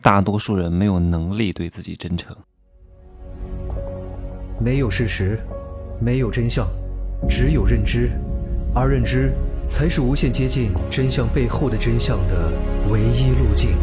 大多数人没有能力对自己真诚。 没有事实，没有真相，只有认知，而认知才是无限接近真相背后的真相的唯一路径。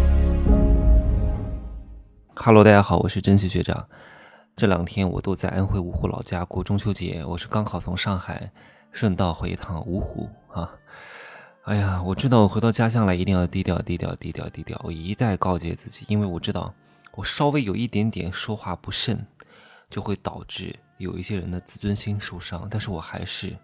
Hello， 大家好，我是珍惜学长。这2天我都在安徽芜湖老家过中秋节，我是刚好从上海顺道回一趟芜湖啊。哎呀，我知道我回到家乡来一定要低调。我一再告诫自己，因为我知道我稍微有一点点说话不慎，就会导致有一些人的自尊心受伤。但是我还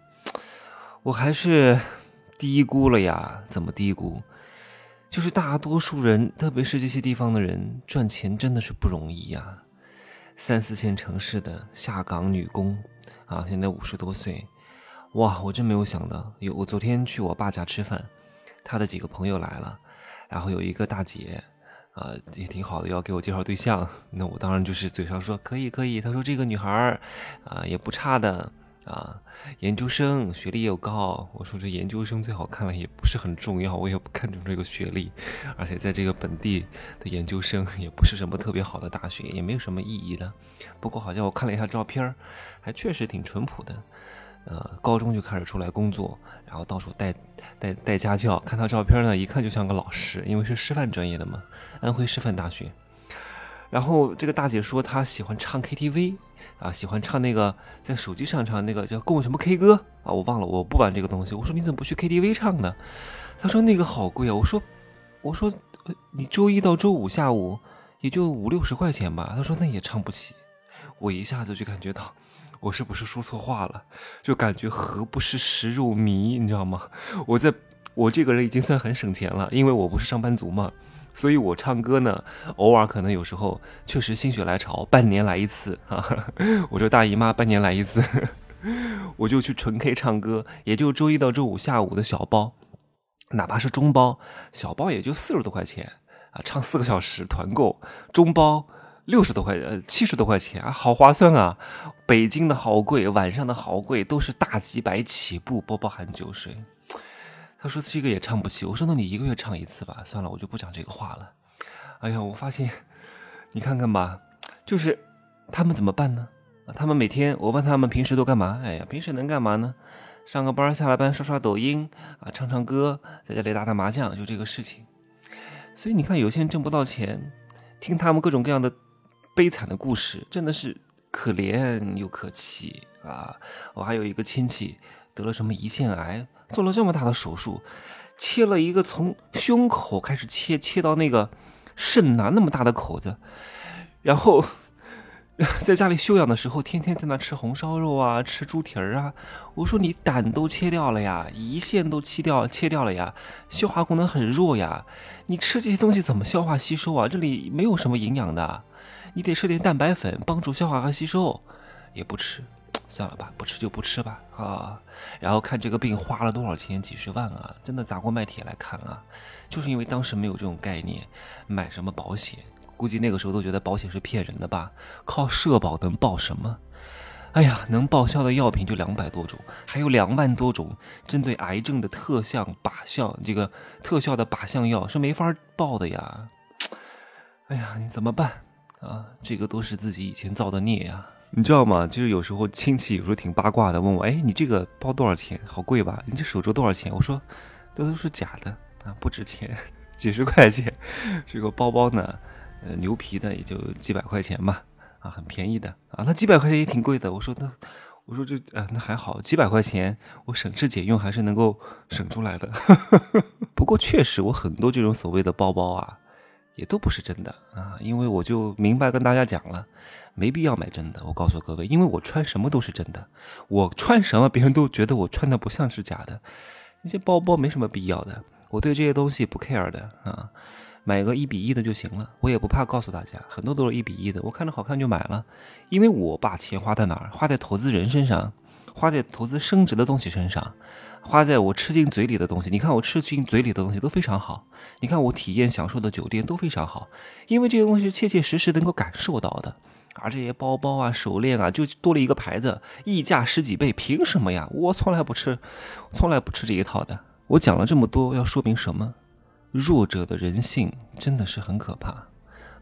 是低估了呀。怎么低估？就是大多数人，特别是这些地方的人，赚钱真的是不容易呀。3、4线城市的下岗女工啊，现在50多岁。哇，我真没有想到，我昨天去我爸家吃饭，他的几个朋友来了，然后有一个大姐也挺好的，要给我介绍对象。那我当然就是嘴上说可以，他说这个女孩也不差的研究生，学历又高。我说这研究生最好看了也不是很重要，我也不看重这个学历，而且在这个本地的研究生也不是什么特别好的大学，也没有什么意义的。不过好像我看了一下照片，还确实挺淳朴的。高中就开始出来工作，然后到处带家教。看他照片呢，一看就像个老师，因为是师范专业的嘛，安徽师范大学。然后这个大姐说她喜欢唱 KTV 喜欢唱那个在手机上唱那个叫供什么 K 歌我忘了，我不玩这个东西。我说你怎么不去 KTV 唱呢？她说那个好贵啊。我说你周一到周五下午也就50、60块钱吧。她说那也唱不起。我一下子就感觉到我是不是说错话了，就感觉何不是食肉糜，你知道吗？我这个人已经算很省钱了，因为我不是上班族嘛，所以我唱歌呢，偶尔可能有时候确实心血来潮，半年来一次我这大姨妈半年来一次我就去纯 K 唱歌，也就周一到周五下午的小包，哪怕是中包，小包也就40多块钱唱4个小时团购，中包60多块70多块钱好划算啊！北京的好贵，晚上的好贵，都是大几百起步，包含酒水。他说这个也唱不起，我说那你1个月唱1次吧。算了，我就不讲这个话了。哎呀，我发现你看看吧，就是他们怎么办呢？他们每天，我问他们平时都干嘛？哎呀，平时能干嘛呢？上个班，下了班刷刷抖音唱唱歌，在家里打打麻将，就这个事情。所以你看，有些人挣不到钱，听他们各种各样的悲惨的故事，真的是可怜又可气我还有一个亲戚得了什么胰腺癌，做了这么大的手术，切了一个从胸口开始切到那个肾那么大的口子，然后在家里休养的时候，天天在那吃红烧肉吃猪蹄儿我说你胆都切掉了呀，胰腺都切掉了呀，消化功能很弱呀，你吃这些东西怎么消化吸收这里没有什么营养的，你得吃点蛋白粉帮助消化和吸收，也不吃。算了吧，不吃就不吃吧然后看这个病花了多少钱，几十万真的砸锅卖铁来看就是因为当时没有这种概念，买什么保险，估计那个时候都觉得保险是骗人的吧，靠社保能报什么？哎呀，能报销的药品就200多种，还有2万多种针对癌症的特效的靶向药是没法报的呀。哎呀，你怎么办这个都是自己以前造的孽呀。你知道吗？就是有时候亲戚有时候挺八卦的，问我，哎，你这个包多少钱？好贵吧？你这手镯多少钱？我说，这都是假的不值钱，几十块钱。这个包包呢，牛皮的也就几百块钱吧，很便宜的那几百块钱也挺贵的。我说这那还好，几百块钱我省吃俭用还是能够省出来的。不过确实我很多这种所谓的包包也都不是真的因为我就明白跟大家讲了，没必要买真的。我告诉各位，因为我穿什么都是真的，我穿什么别人都觉得我穿的不像是假的。那些包包没什么必要的，我对这些东西不 care 的买个1:1的就行了，我也不怕告诉大家，很多都是1:1的，我看着好看就买了。因为我把钱花在哪儿？花在投资人身上，花在投资升值的东西身上，花在我吃进嘴里的东西。你看我吃进嘴里的东西都非常好，你看我体验享受的酒店都非常好，因为这些东西是切切实实能够感受到的。而这些包包手链就多了一个牌子，溢价10几倍，凭什么呀？我从来不吃这一套的。我讲了这么多，要说明什么？弱者的人性真的是很可怕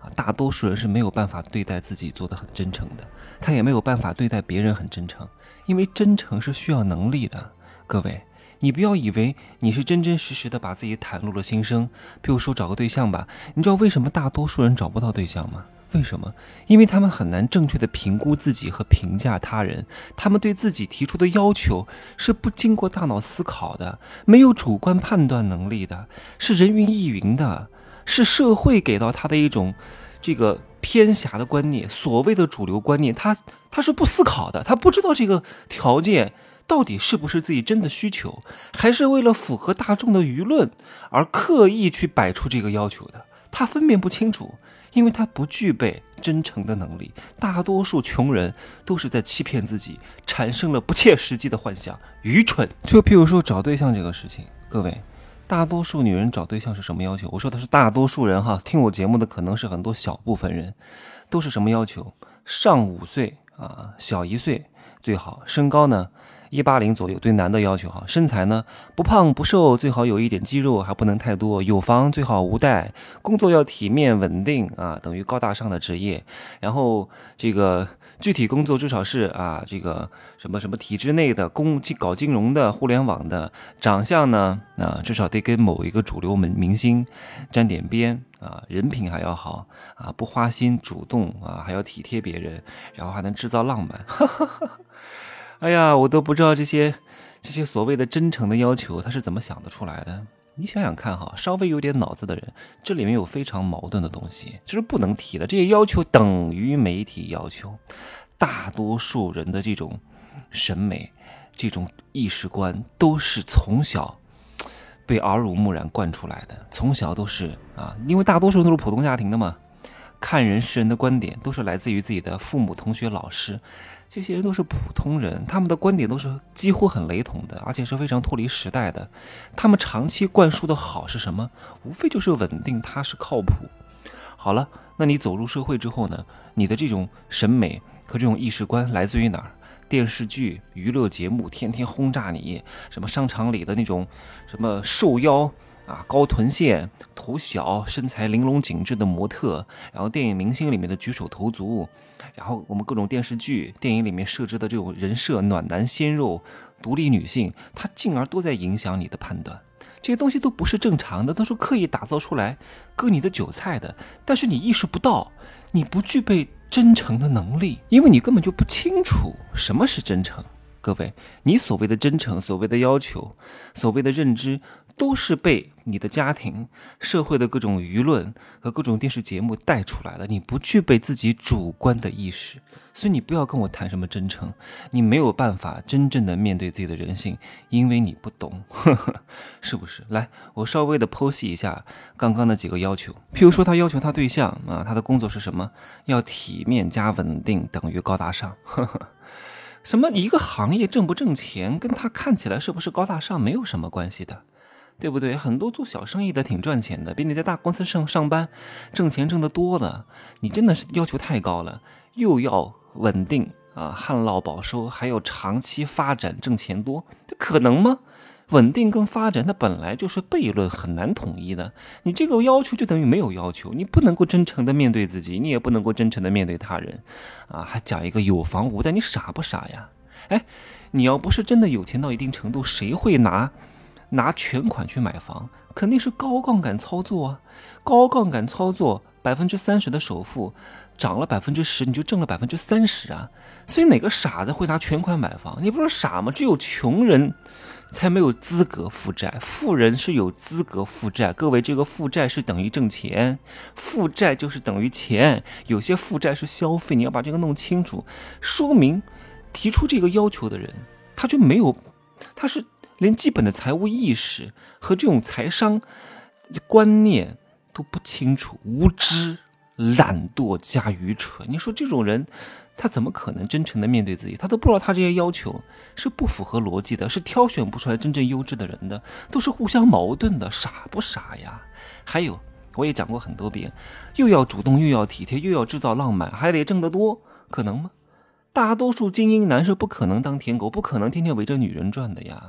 大多数人是没有办法对待自己做得很真诚的，他也没有办法对待别人很真诚，因为真诚是需要能力的。各位，你不要以为你是真真实实的把自己袒露了心声。比如说找个对象吧，你知道为什么大多数人找不到对象吗？为什么？因为他们很难正确的评估自己和评价他人，他们对自己提出的要求是不经过大脑思考的，没有主观判断能力的，是人云亦云的，是社会给到他的一种这个偏狭的观念，所谓的主流观念，他是不思考的，他不知道这个条件到底是不是自己真的需求，还是为了符合大众的舆论而刻意去摆出这个要求的，他分辨不清楚，因为他不具备真诚的能力。大多数穷人都是在欺骗自己，产生了不切实际的幻想，愚蠢。就譬如说找对象这个事情，各位，大多数女人找对象是什么要求？我说的是大多数人哈，听我节目的可能是很多小部分人，都是什么要求？上5岁啊，小1岁最好，身高呢180左右，对男的要求哈，身材呢不胖不瘦，最好有一点肌肉，还不能太多，有房最好无贷，工作要体面稳定啊，等于高大上的职业，然后这个具体工作至少是啊这个什么体制内的搞金融的互联网的，长相呢至少得跟某一个主流明星沾点边啊，人品还要好啊，不花心主动啊，还要体贴别人，然后还能制造浪漫。哎呀，我都不知道这些所谓的真诚的要求他是怎么想得出来的。你想想看哈，稍微有点脑子的人，这里面有非常矛盾的东西，这是不能提的。这些要求等于媒体要求，大多数人的这种审美、这种意识观都是从小被耳濡目染惯出来的，从小都是啊，因为大多数人都是普通家庭的嘛，看人世人的观点都是来自于自己的父母、同学、老师，这些人都是普通人，他们的观点都是几乎很雷同的，而且是非常脱离时代的。他们长期灌输的好是什么？无非就是稳定、踏实、靠谱。好了，那你走入社会之后呢？你的这种审美和这种意识观来自于哪儿？电视剧、娱乐节目天天轰炸你，什么商场里的那种什么瘦腰啊、高臀线、头小、身材玲珑紧致的模特，然后电影明星里面的举手投足，然后我们各种电视剧、电影里面设置的这种人设，暖男鲜肉、独立女性，它进而都在影响你的判断。这些东西都不是正常的，都是刻意打造出来割你的韭菜的，但是你意识不到，你不具备真诚的能力，因为你根本就不清楚什么是真诚。各位，你所谓的真诚、所谓的要求、所谓的认知，都是被你的家庭、社会的各种舆论和各种电视节目带出来的，你不具备自己主观的意识，所以你不要跟我谈什么真诚，你没有办法真正的面对自己的人性，因为你不懂，是不是？来，我稍微的剖析一下刚刚的几个要求，譬如说他要求他对象啊，他的工作是什么？要体面加稳定等于高大上，什么一个行业挣不挣钱跟他看起来是不是高大上没有什么关系的，对不对？很多做小生意的挺赚钱的，比你在大公司上班挣钱挣得多的。你真的是要求太高了，又要稳定啊，旱涝保收，还要长期发展挣钱多，这可能吗？稳定跟发展它本来就是悖论，很难统一的。你这个要求就等于没有要求，你不能够真诚的面对自己，你也不能够真诚的面对他人啊！还讲一个有房无贷，你傻不傻呀？哎，你要不是真的有钱到一定程度，谁会拿全款去买房？肯定是高杠杆操作啊！高杠杆操作，30%的首付涨了10%，你就挣了30%啊！所以哪个傻子会拿全款买房？你不是傻吗？只有穷人才没有资格负债，富人是有资格负债。各位，这个负债是等于挣钱，负债就是等于钱。有些负债是消费，你要把这个弄清楚。说明提出这个要求的人，他就没有，他是连基本的财务意识和这种财商观念都不清楚，无知、懒惰加愚蠢。你说这种人他怎么可能真诚的面对自己？他都不知道他这些要求是不符合逻辑的，是挑选不出来真正优质的人的，都是互相矛盾的，傻不傻呀？还有我也讲过很多遍，又要主动又要体贴又要制造浪漫，还得挣得多，可能吗？大多数精英男是不可能当舔狗，不可能天天围着女人转的呀。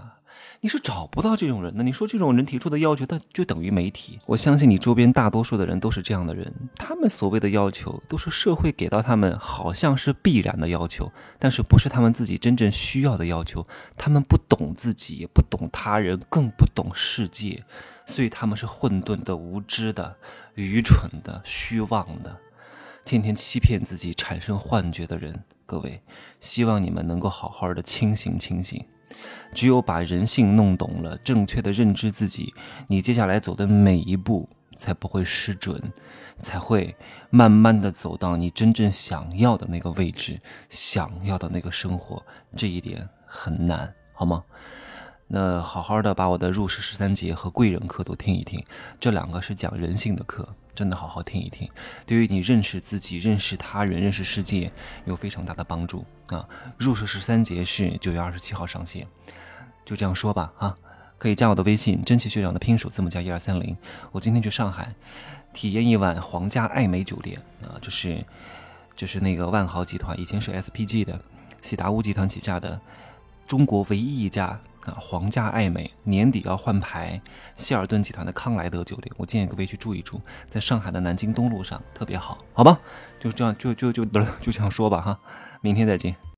你是找不到这种人的。你说这种人提出的要求，那就等于没提。我相信你周边大多数的人都是这样的人，他们所谓的要求都是社会给到他们好像是必然的要求，但是不是他们自己真正需要的要求。他们不懂自己，也不懂他人，更不懂世界，所以他们是混沌的、无知的、愚蠢的、虚妄的，天天欺骗自己、产生幻觉的人。各位，希望你们能够好好的清醒清醒。只有把人性弄懂了，正确的认知自己，你接下来走的每一步才不会失准，才会慢慢的走到你真正想要的那个位置，想要的那个生活。这一点很难，好吗？那好好的把我的入世13节和贵人课都听一听，这2个是讲人性的课，真的好好听一听，对于你认识自己、认识他人、认识世界有非常大的帮助啊！入世13节是9月27号上线，就这样说吧啊！可以加我的微信，真奇学长的拼手字母加1230。我今天去上海体验一晚皇家爱美酒店啊，就是那个万豪集团以前是 SPG 的喜达屋集团旗下的中国唯一一家皇家爱美，年底要换牌，希尔顿集团的康莱德酒店，我建议各位去住一住，在上海的南京东路上，特别好，好吧？就这样，就这样说吧哈，明天再见。